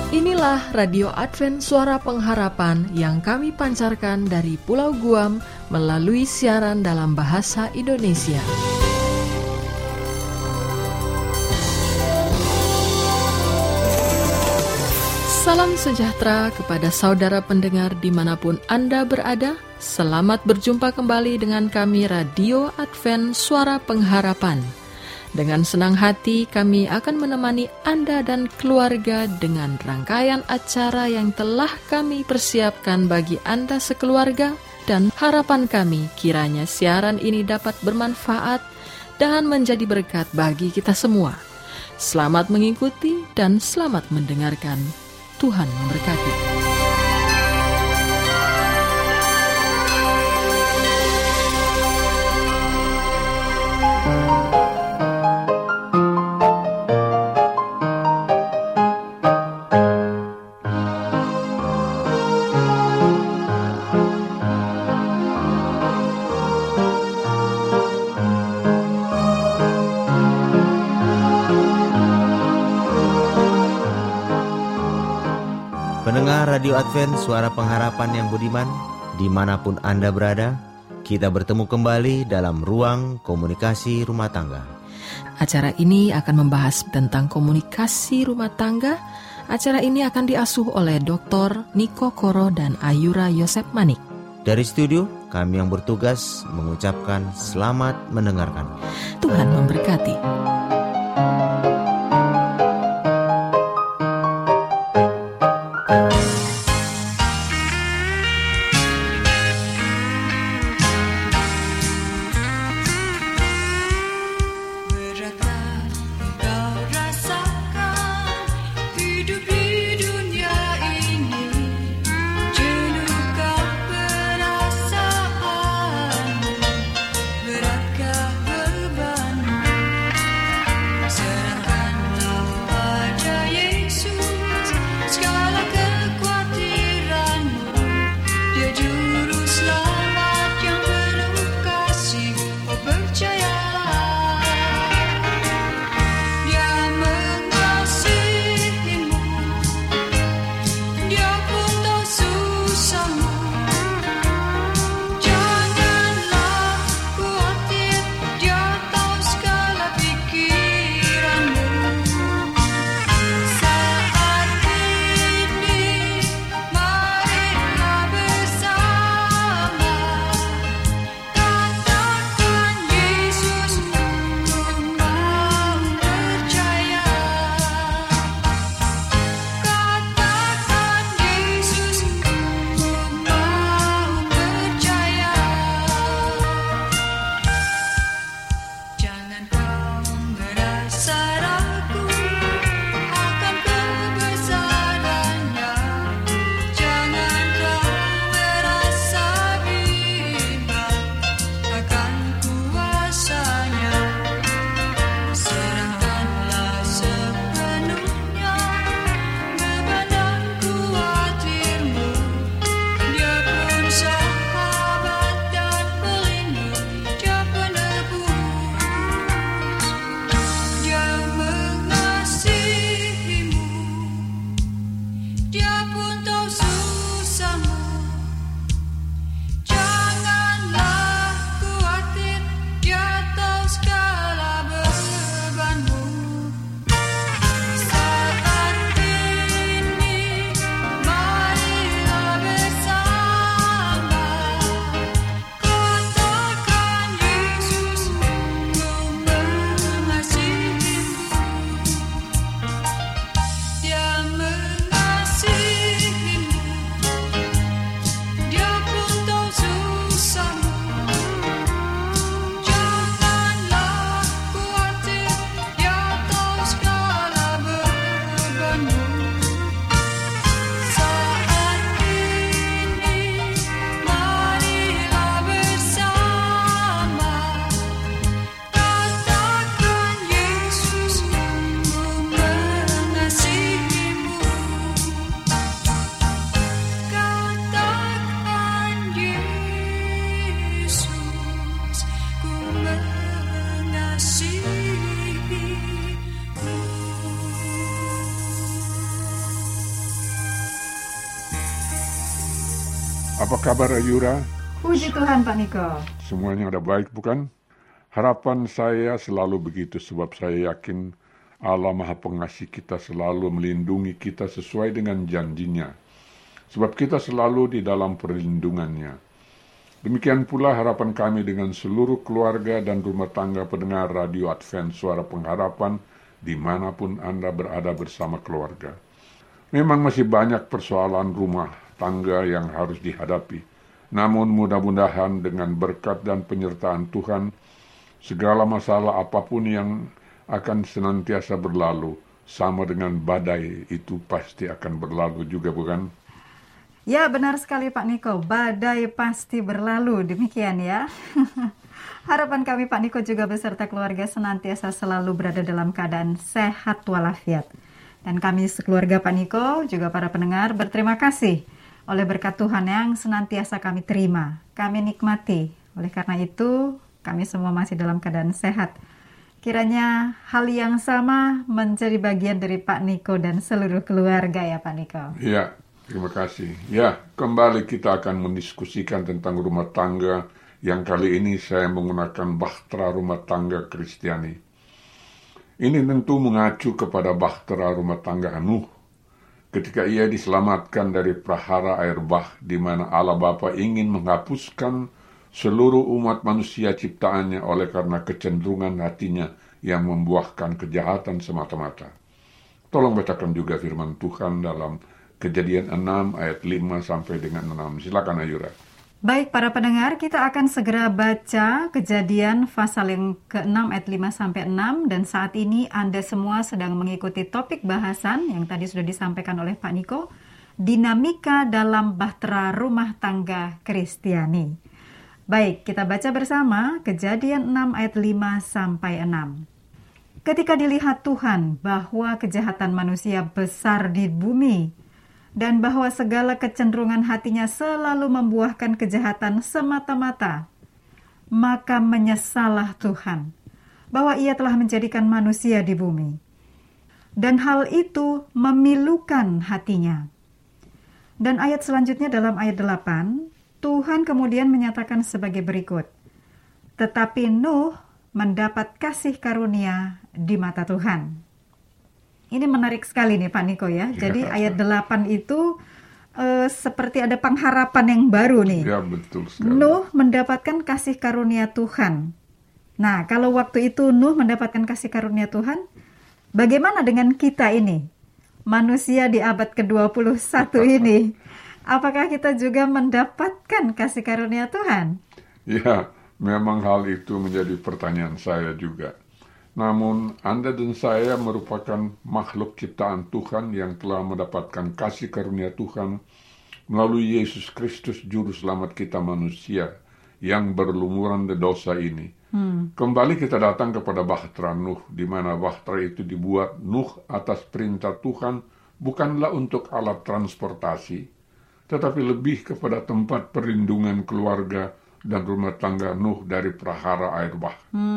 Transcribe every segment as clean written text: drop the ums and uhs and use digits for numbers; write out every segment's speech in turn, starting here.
Inilah Radio Advent Suara Pengharapan yang kami pancarkan dari Pulau Guam melalui siaran dalam bahasa Indonesia. Salam sejahtera kepada saudara pendengar dimanapun Anda berada. Selamat berjumpa kembali dengan kami Radio Advent Suara Pengharapan. Dengan senang hati kami akan menemani Anda dan keluarga dengan rangkaian acara yang telah kami persiapkan bagi Anda sekeluarga, dan harapan kami kiranya siaran ini dapat bermanfaat dan menjadi berkat bagi kita semua. Selamat mengikuti dan selamat mendengarkan. Tuhan memberkati. Pendengar Radio Advent Suara Pengharapan yang budiman, dimanapun Anda berada, kita bertemu kembali dalam ruang komunikasi rumah tangga. Acara ini akan membahas tentang komunikasi rumah tangga. Acara ini akan diasuh oleh Dr. Niko Koro dan Ayura Yosep Manik. Dari studio, kami yang bertugas mengucapkan selamat mendengarkan. Tuhan memberkati. Beratkah beban? Apa kabar Ayura? Puji Tuhan Pak Niko. Semuanya ada baik bukan? Harapan saya selalu begitu sebab saya yakin Allah Maha Pengasih kita selalu melindungi kita sesuai dengan janjinya. Sebab kita selalu di dalam perlindungannya. Demikian pula harapan kami dengan seluruh keluarga dan rumah tangga pendengar Radio Advent Suara Pengharapan dimanapun Anda berada bersama keluarga. Memang masih banyak persoalan rumah tangga yang harus dihadapi. Namun mudah-mudahan dengan berkat dan penyertaan Tuhan, segala masalah apapun yang akan senantiasa berlalu, sama dengan badai itu pasti akan berlalu juga, bukan? Ya, benar sekali Pak Niko. Badai pasti berlalu. Demikian ya. Harapan kami Pak Niko juga beserta keluarga senantiasa selalu berada dalam keadaan sehat walafiat. Dan kami sekeluarga Pak Niko, juga para pendengar, berterima kasih oleh berkat Tuhan yang senantiasa kami terima, kami nikmati. Oleh karena itu, kami semua masih dalam keadaan sehat. Kiranya hal yang sama menjadi bagian dari Pak Niko dan seluruh keluarga ya Pak Niko. Ya, terima kasih. Ya, kembali kita akan mendiskusikan tentang rumah tangga yang kali ini saya menggunakan bahtera rumah tangga Kristiani. Ini tentu mengacu kepada bahtera rumah tangga Nuh ketika ia diselamatkan dari prahara air bah di mana Allah Bapa ingin menghapuskan seluruh umat manusia ciptaannya oleh karena kecenderungan hatinya yang membuahkan kejahatan semata-mata. Tolong bacakan juga firman Tuhan dalam Kejadian 6 ayat 5 sampai dengan 6. Silakan Ayura. Baik para pendengar, kita akan segera baca Kejadian pasal yang ke-6 ayat 5 sampai 6, dan saat ini Anda semua sedang mengikuti topik bahasan yang tadi sudah disampaikan oleh Pak Niko, dinamika dalam bahtera rumah tangga Kristiani. Baik, kita baca bersama Kejadian 6 ayat 5 sampai 6. Ketika dilihat Tuhan bahwa kejahatan manusia besar di bumi, dan bahwa segala kecenderungan hatinya selalu membuahkan kejahatan semata-mata, maka menyesallah Tuhan bahwa ia telah menjadikan manusia di bumi. Dan hal itu memilukan hatinya. Dan ayat selanjutnya dalam ayat 8, Tuhan kemudian menyatakan sebagai berikut. Tetapi Nuh mendapat kasih karunia di mata Tuhan. Ini menarik sekali nih Pak Niko ya. Jadi ayat 8 itu seperti ada pengharapan yang baru nih. Ya, betul sekali. Nuh mendapatkan kasih karunia Tuhan. Nah, kalau waktu itu Nuh mendapatkan kasih karunia Tuhan, bagaimana dengan kita ini? Manusia di abad ke-21 ini. Apakah kita juga mendapatkan kasih karunia Tuhan? Ya, memang hal itu menjadi pertanyaan saya juga. Namun, Anda dan saya merupakan makhluk ciptaan Tuhan yang telah mendapatkan kasih karunia Tuhan melalui Yesus Kristus, Juru Selamat kita manusia yang berlumuran dari dosa ini. Kembali kita datang kepada bahtera Nuh, di mana bahtera itu dibuat Nuh atas perintah Tuhan, bukanlah untuk alat transportasi, tetapi lebih kepada tempat perlindungan keluarga dan rumah tangga Nuh dari prahara air bah.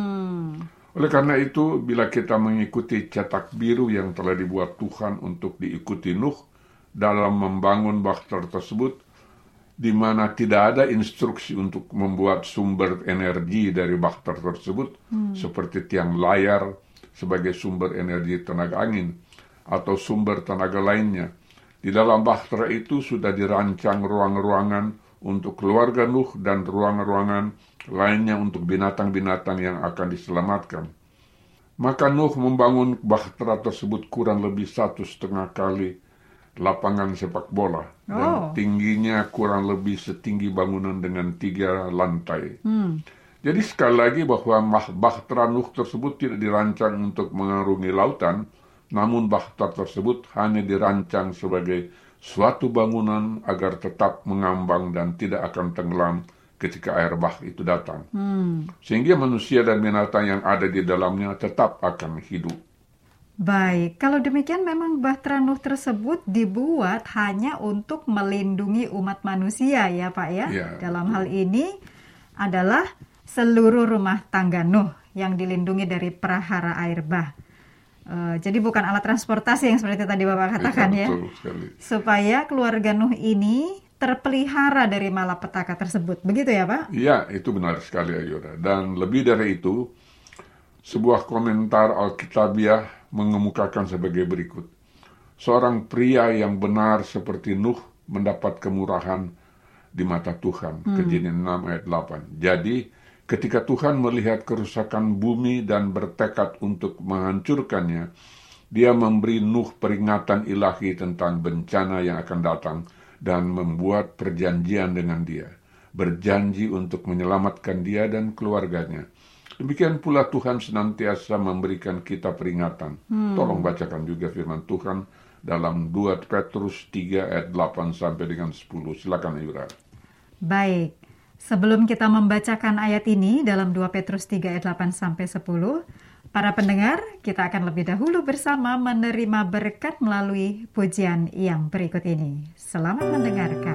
Oleh karena itu, bila kita mengikuti cetak biru yang telah dibuat Tuhan untuk diikuti Nuh dalam membangun bahtera tersebut, di mana tidak ada instruksi untuk membuat sumber energi dari bahtera tersebut, seperti tiang layar sebagai sumber energi tenaga angin, atau sumber tenaga lainnya. Di dalam bahtera itu sudah dirancang ruang-ruangan untuk keluarga Nuh dan ruang-ruangan lainnya untuk binatang-binatang yang akan diselamatkan. Maka Nuh membangun bahtera tersebut kurang lebih 1,5 kali lapangan sepak bola, dan tingginya kurang lebih setinggi bangunan dengan 3 lantai. Jadi sekali lagi bahwa bahtera Nuh tersebut tidak dirancang untuk mengarungi lautan, namun bahtera tersebut hanya dirancang sebagai suatu bangunan agar tetap mengambang dan tidak akan tenggelam ketika air bah itu datang. Sehingga manusia dan binatang yang ada di dalamnya tetap akan hidup. Baik, kalau demikian memang bahtera Nuh tersebut dibuat hanya untuk melindungi umat manusia ya Pak ya. Dalam hal ini adalah seluruh rumah tangga Nuh yang dilindungi dari prahara air bah. Jadi bukan alat transportasi yang seperti tadi Bapak katakan ya. Betul sekali. Supaya keluarga Nuh ini terpelihara dari malapetaka tersebut. Begitu ya, Pak? Iya, itu benar sekali, Ayura. Dan lebih dari itu, sebuah komentar Alkitabiah mengemukakan sebagai berikut. Seorang pria yang benar seperti Nuh mendapat kemurahan di mata Tuhan. Kejadian 6 ayat 8. Jadi, ketika Tuhan melihat kerusakan bumi dan bertekad untuk menghancurkannya, Dia memberi Nuh peringatan ilahi tentang bencana yang akan datang dan membuat perjanjian dengan dia. Berjanji untuk menyelamatkan dia dan keluarganya. Demikian pula Tuhan senantiasa memberikan kita peringatan. Tolong bacakan juga firman Tuhan dalam 2 Petrus 3 ayat 8 sampai dengan 10. Silakan Ayura. Baik. Sebelum kita membacakan ayat ini dalam 2 Petrus 3 ayat 8 sampai 10, para pendengar, kita akan lebih dahulu bersama menerima berkat melalui pujian yang berikut ini. Selamat mendengarkan.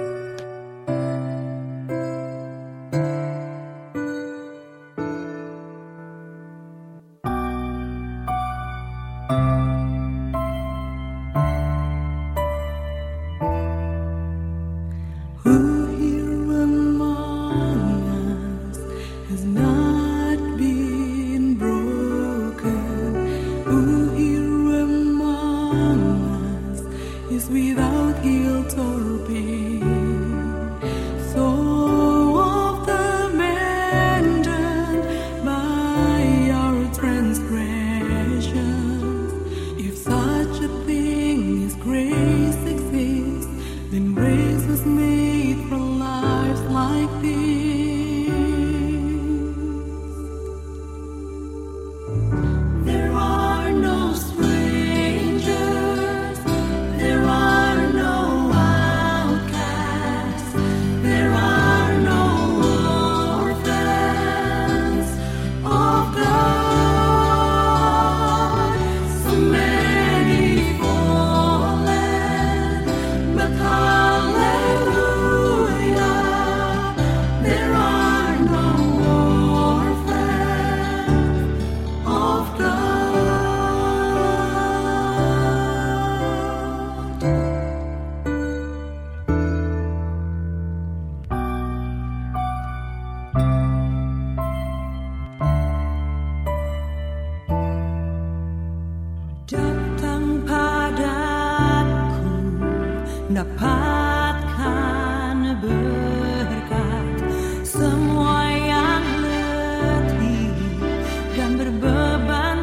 Dapatkan berkat semua yang letih dan berbeban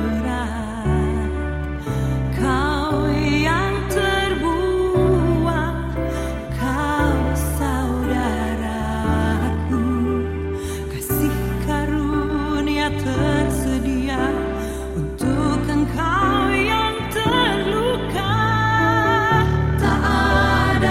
berat. Kau yang terbuang, kau saudaraku, kasih karunia tersedia untuk engkau yang terluka. Tak ada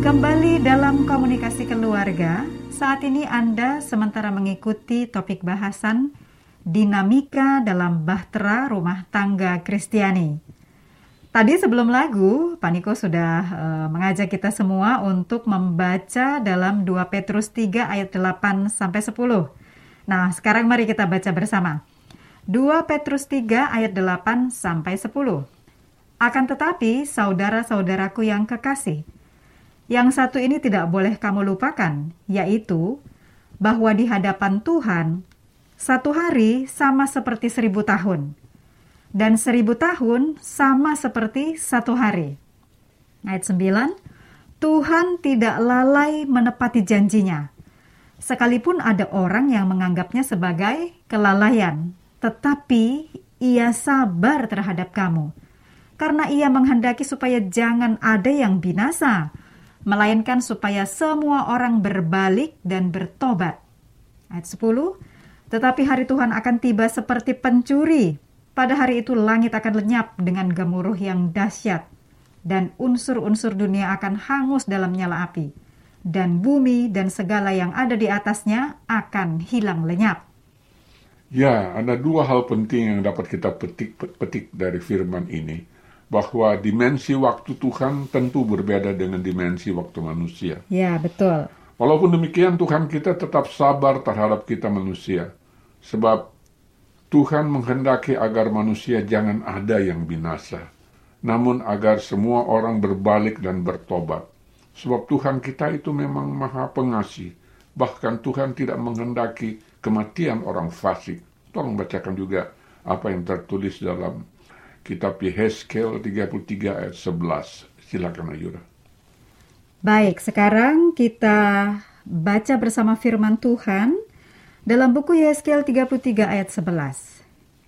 Kembali dalam komunikasi keluarga, saat ini Anda sementara mengikuti topik bahasan dinamika dalam bahtera rumah tangga Kristiani. Tadi sebelum lagu, Pak Niko sudah mengajak kita semua untuk membaca dalam 2 Petrus 3 ayat 8-10. Nah, sekarang mari kita baca bersama. 2 Petrus 3 ayat 8-10. Akan tetapi, saudara-saudaraku yang kekasih, yang satu ini tidak boleh kamu lupakan, yaitu bahwa di hadapan Tuhan, 1 hari sama seperti 1000 tahun, dan 1000 tahun sama seperti 1 hari. Ayat 9, Tuhan tidak lalai menepati janjinya, sekalipun ada orang yang menganggapnya sebagai kelalaian, tetapi ia sabar terhadap kamu, karena ia menghendaki supaya jangan ada yang binasa, melainkan supaya semua orang berbalik dan bertobat. Ayat 10, tetapi hari Tuhan akan tiba seperti pencuri. Pada hari itu langit akan lenyap dengan gemuruh yang dahsyat, dan unsur-unsur dunia akan hangus dalam nyala api, dan bumi dan segala yang ada di atasnya akan hilang lenyap. Ya, ada 2 hal penting yang dapat kita petik dari firman ini. Bahwa dimensi waktu Tuhan tentu berbeda dengan dimensi waktu manusia. Ya, betul. Walaupun demikian, Tuhan kita tetap sabar terhadap kita manusia. Sebab Tuhan menghendaki agar manusia jangan ada yang binasa, namun agar semua orang berbalik dan bertobat. Sebab Tuhan kita itu memang Maha Pengasih. Bahkan Tuhan tidak menghendaki kematian orang fasik. Tolong bacakan juga apa yang tertulis dalam Kitab Yehezkel 33 ayat 11. Silakan Ayura. Baik, sekarang kita baca bersama firman Tuhan dalam buku Yehezkel 33 ayat 11.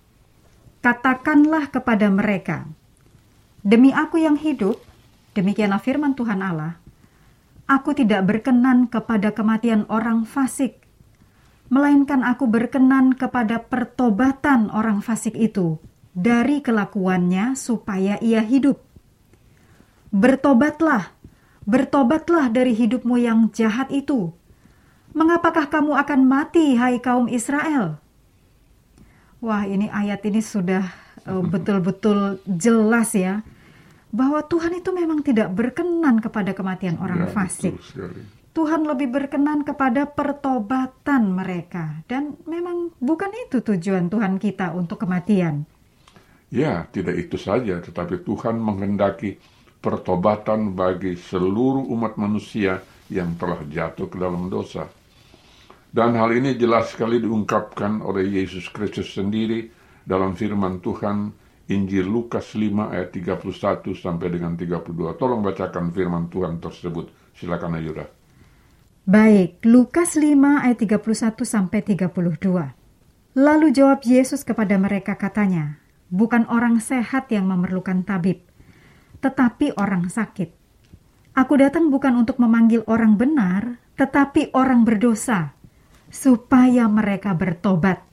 Katakanlah kepada mereka, demi aku yang hidup, demikianlah firman Tuhan Allah, aku tidak berkenan kepada kematian orang fasik, melainkan aku berkenan kepada pertobatan orang fasik itu, dari kelakuannya supaya ia hidup. Bertobatlah, bertobatlah dari hidupmu yang jahat itu. Mengapakah kamu akan mati, hai kaum Israel? Wah, ini ayat ini sudah betul-betul jelas ya, bahwa Tuhan itu memang tidak berkenan kepada kematian orang fasik. Tuhan lebih berkenan kepada pertobatan mereka. Dan memang bukan itu tujuan Tuhan kita untuk kematian. Ya, tidak itu saja, tetapi Tuhan menghendaki pertobatan bagi seluruh umat manusia yang telah jatuh ke dalam dosa. Dan hal ini jelas sekali diungkapkan oleh Yesus Kristus sendiri dalam firman Tuhan, Injil Lukas 5 ayat 31 sampai dengan 32. Tolong bacakan firman Tuhan tersebut. Silakan Ayura. Baik, Lukas 5 ayat 31 sampai 32. Lalu jawab Yesus kepada mereka katanya, bukan orang sehat yang memerlukan tabib, tetapi orang sakit. Aku datang bukan untuk memanggil orang benar, tetapi orang berdosa, supaya mereka bertobat.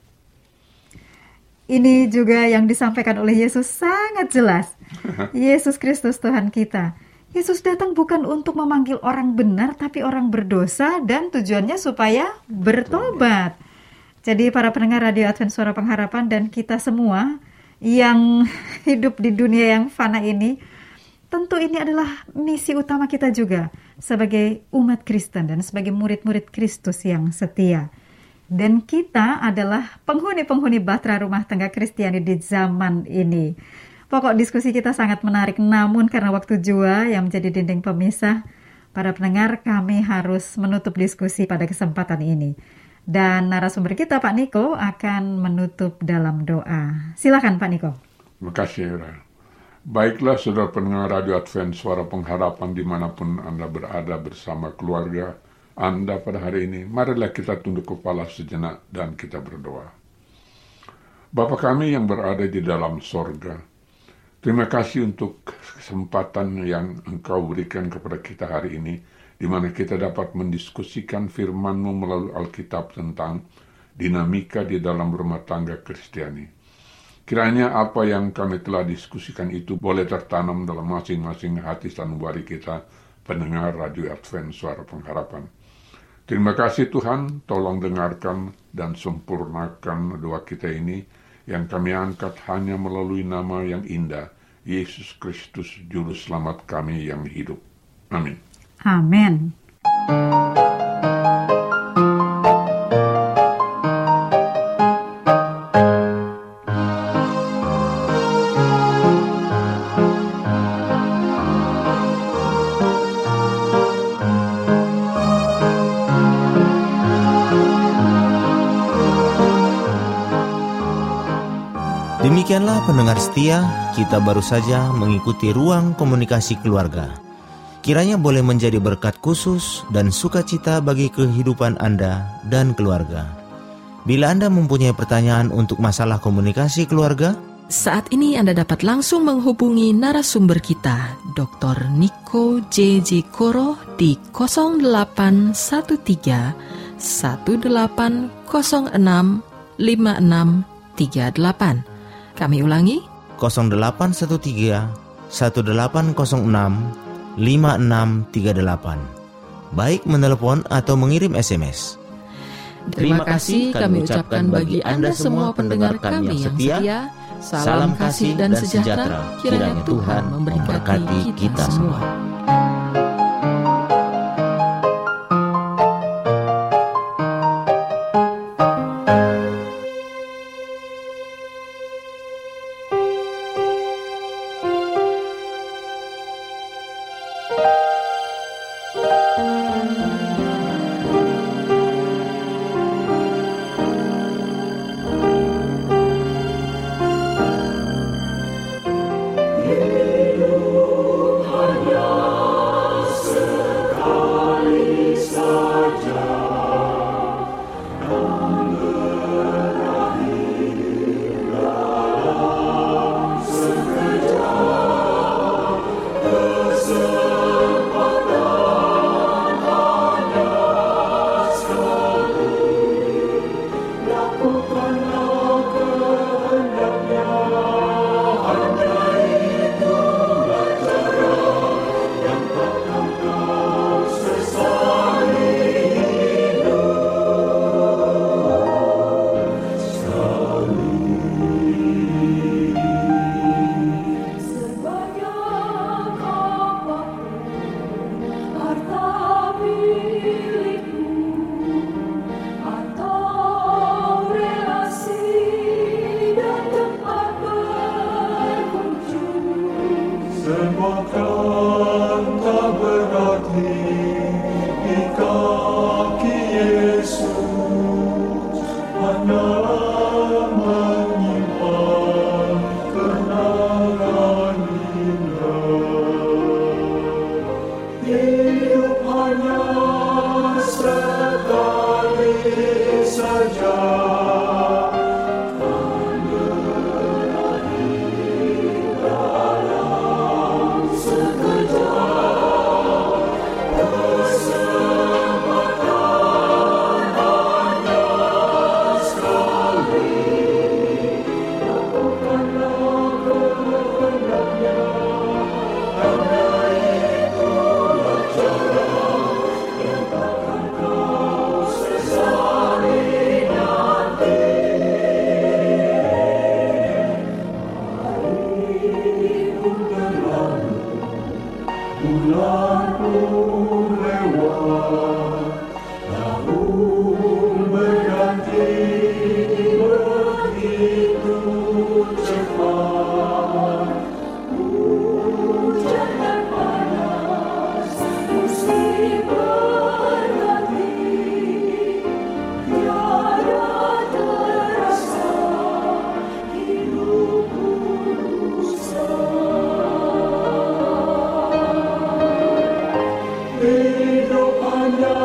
Ini juga yang disampaikan oleh Yesus sangat jelas. Yesus Kristus Tuhan kita. Yesus datang bukan untuk memanggil orang benar, tapi orang berdosa, dan tujuannya supaya bertobat. Jadi para pendengar Radio Advent Suara Pengharapan dan kita semua yang hidup di dunia yang fana ini, tentu ini adalah misi utama kita juga sebagai umat Kristen dan sebagai murid-murid Kristus yang setia. Dan kita adalah penghuni-penghuni bahtera rumah tangga Kristiani di zaman ini. Pokok diskusi kita sangat menarik, namun karena waktu jua yang menjadi dinding pemisah, para pendengar kami harus menutup diskusi pada kesempatan ini. Dan narasumber kita Pak Niko akan menutup dalam doa. Silakan Pak Niko. Terima kasih, Ira. Baiklah saudara pendengar Radio Advent Suara Pengharapan dimanapun Anda berada bersama keluarga Anda pada hari ini. Marilah kita tunduk kepala sejenak dan kita berdoa. Bapa kami yang berada di dalam sorga, terima kasih untuk kesempatan yang Engkau berikan kepada kita hari ini, di mana kita dapat mendiskusikan firman-Mu melalui Alkitab tentang dinamika di dalam rumah tangga Kristiani. Kiranya apa yang kami telah diskusikan itu boleh tertanam dalam masing-masing hati sanubari kita pendengar Radio Advent Suara Pengharapan. Terima kasih Tuhan, tolong dengarkan dan sempurnakan doa kita ini yang kami angkat hanya melalui nama yang indah, Yesus Kristus, Juru Selamat kami yang hidup. Amin. Amin. Demikianlah pendengar setia, kita baru saja mengikuti ruang komunikasi keluarga. Kiranya boleh menjadi berkat khusus dan sukacita bagi kehidupan Anda dan keluarga. Bila Anda mempunyai pertanyaan untuk masalah komunikasi keluarga, saat ini Anda dapat langsung menghubungi narasumber kita, Dr. Niko J.J. Koro di 0813 1806 5638. Kami ulangi, 0813 1806 5638. Baik menelepon atau mengirim SMS. Terima kasih kami ucapkan bagi Anda semua pendengar kami yang setia. Salam kasih dan sejahtera kiranya Tuhan memberkati kita semua. Hidup hanya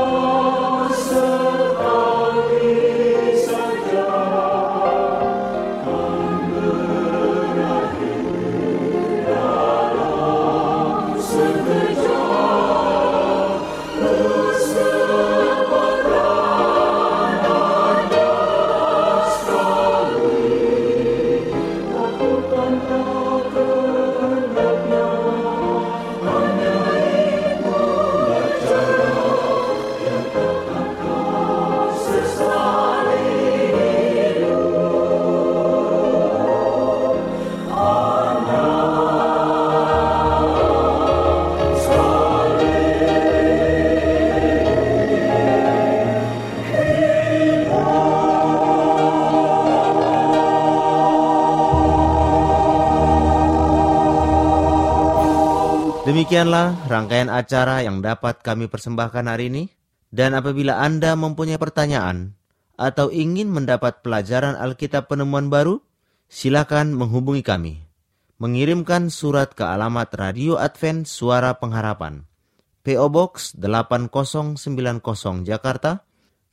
Demikianlah rangkaian acara yang dapat kami persembahkan hari ini. Dan apabila Anda mempunyai pertanyaan atau ingin mendapat pelajaran Alkitab Penemuan Baru, silakan menghubungi kami. Mengirimkan surat ke alamat Radio Advent Suara Pengharapan, P.O. Box 8090 Jakarta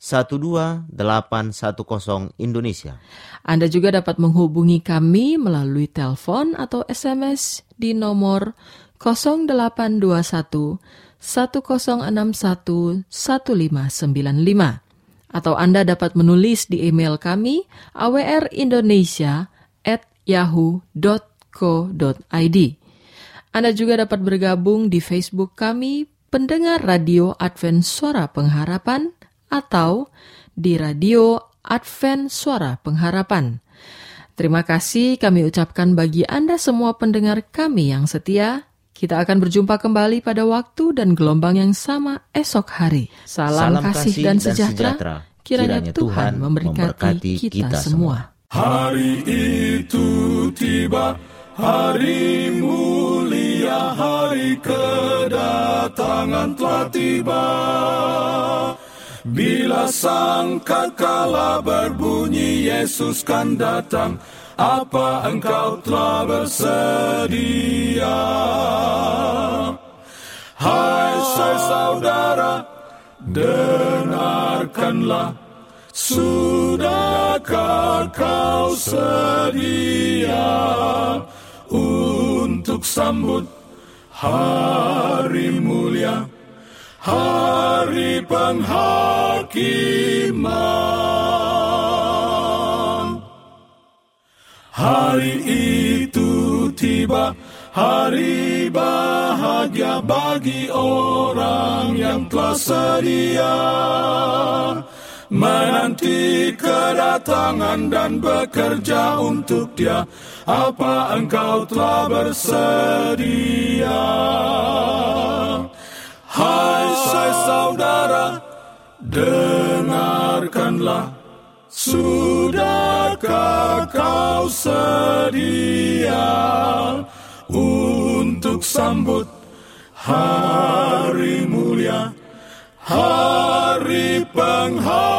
12810 Indonesia. Anda juga dapat menghubungi kami melalui telepon atau SMS di nomor 0821 1061 1595. Atau Anda dapat menulis di email kami awrindonesia@yahoo.co.id. Anda juga dapat bergabung di Facebook kami, Pendengar Radio Advent Suara Pengharapan, atau di Radio Advent Suara Pengharapan. Terima kasih kami ucapkan bagi Anda semua pendengar kami yang setia. Kita akan berjumpa kembali pada waktu dan gelombang yang sama esok hari. Salam kasih dan sejahtera. Kiranya Tuhan memberkati kita semua. Hari itu tiba, hari mulia, hari kedatangan telah tiba. Bila sangkakala berbunyi Yesus kan datang, apa engkau telah bersedia? Hai saudara, dengarkanlah, sudahkah kau sedia untuk sambut hari mulia, hari penghakiman? Hari itu tiba, hari bahagia bagi orang yang telah sedia menanti kedatangan dan bekerja untuk Dia. Apa engkau telah bersedia? Hai saudara, dengarkanlah, sudahkah kau sedia untuk sambut hari mulia, hari penghakiman?